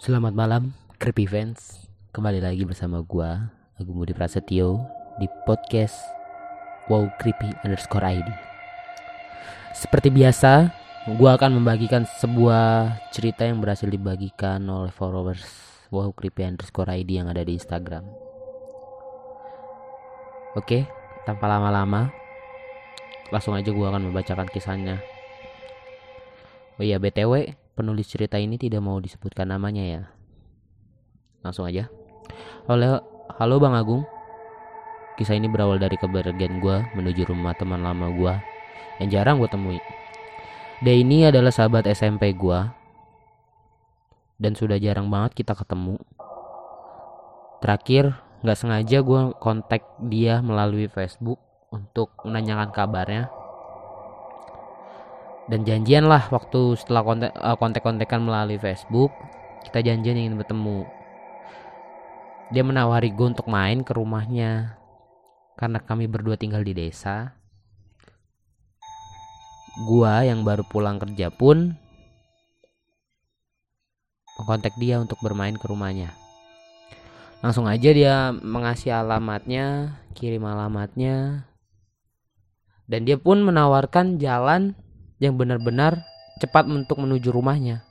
Selamat malam, Creepy Fans. Kembali lagi bersama gua, Agung Budi Prasetyo, di podcast Wow Creepy _ID. Seperti biasa, gua akan membagikan sebuah cerita yang berhasil dibagikan oleh followers Wow Creepy _ID yang ada di Instagram. Oke, tanpa lama-lama, langsung aja gua akan membacakan kisahnya. Oh iya, BTW, penulis cerita ini tidak mau disebutkan namanya ya. Langsung aja. Halo Bang Agung. Kisah ini berawal dari kepergian gue menuju rumah teman lama gue yang jarang gue temui. Dia ini adalah sahabat SMP gue dan sudah jarang banget kita ketemu. Terakhir gak sengaja gue kontak dia melalui Facebook untuk menanyakan kabarnya. Dan janjian lah waktu setelah kontak-kontakan melalui Facebook, kita janjian ingin bertemu. Dia menawari gue untuk main ke rumahnya karena kami berdua tinggal di desa. Gua yang baru pulang kerja pun kontak dia untuk bermain ke rumahnya. Langsung aja dia mengasih alamatnya, kirim alamatnya. Dan dia pun menawarkan jalan yang benar-benar cepat untuk menuju rumahnya.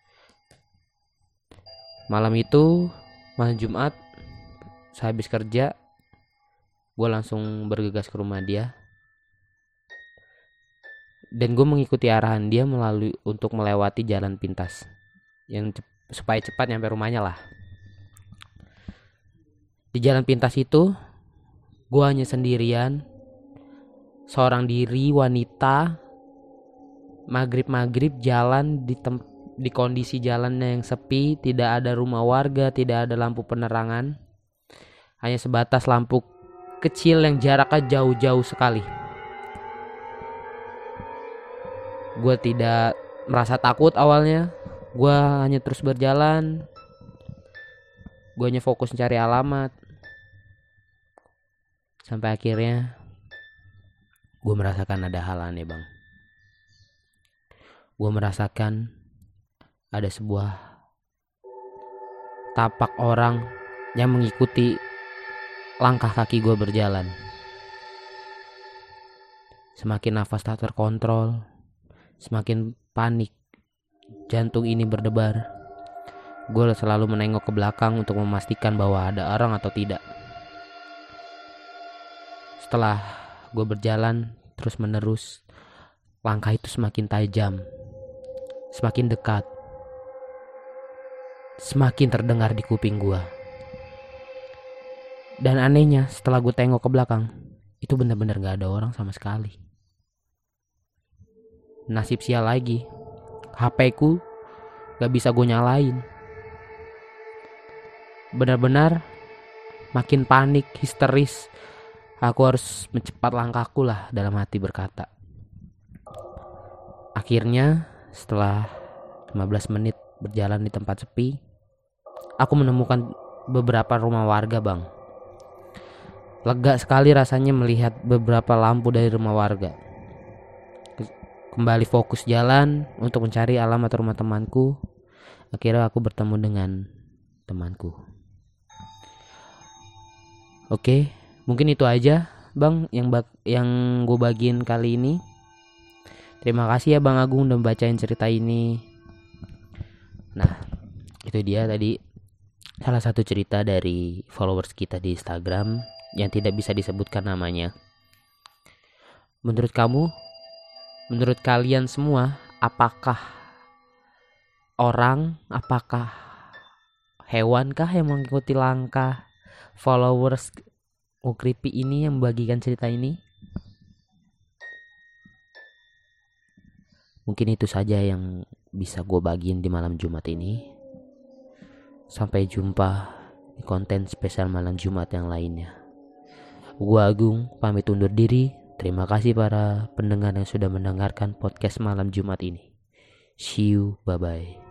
Malam Jumat, saya habis kerja, gue langsung bergegas ke rumah dia. Dan gue mengikuti arahan dia untuk melewati jalan pintas yang supaya cepat nyampe rumahnya lah. Di jalan pintas itu, gue hanya sendirian, seorang diri wanita. Maghrib jalan di kondisi jalannya yang sepi, tidak ada rumah warga, tidak ada lampu penerangan, hanya sebatas lampu kecil yang jaraknya jauh-jauh sekali. Gue tidak merasa takut awalnya, gue hanya terus berjalan, gue hanya fokus mencari alamat, sampai akhirnya gue merasakan ada hal aneh bang. Gue merasakan ada sebuah tapak orang yang mengikuti langkah kaki gue berjalan. Semakin nafas tak terkontrol, semakin panik, jantung ini berdebar. Gue selalu menengok ke belakang untuk memastikan bahwa ada orang atau tidak. Setelah gue berjalan terus menerus, langkah itu semakin tajam, semakin dekat, semakin terdengar di kuping gue. Dan anehnya setelah gue tengok ke belakang, itu benar-benar gak ada orang sama sekali. Nasib sial lagi, HP ku gak bisa gue nyalain. Benar-benar makin panik, histeris. Aku harus mencepat langkahku lah, dalam hati berkata. Akhirnya setelah 15 menit berjalan di tempat sepi, aku menemukan beberapa rumah warga bang. Lega sekali rasanya melihat beberapa lampu dari rumah warga. Kembali fokus jalan untuk mencari alamat rumah temanku. Akhirnya aku bertemu dengan temanku. Oke, mungkin itu aja bang yang gue bagiin kali ini. Terima kasih ya Bang Agung udah bacain cerita ini. Nah, itu dia tadi salah satu cerita dari followers kita di Instagram yang tidak bisa disebutkan namanya. Menurut kalian semua, apakah orang, apakah hewankah yang mengikuti langkah followers Creepy ini yang membagikan cerita ini? Mungkin itu saja yang bisa gue bagiin di malam Jumat ini. Sampai jumpa di konten spesial malam Jumat yang lainnya. Gue Agung pamit undur diri. Terima kasih para pendengar yang sudah mendengarkan podcast malam Jumat ini. See you, bye-bye.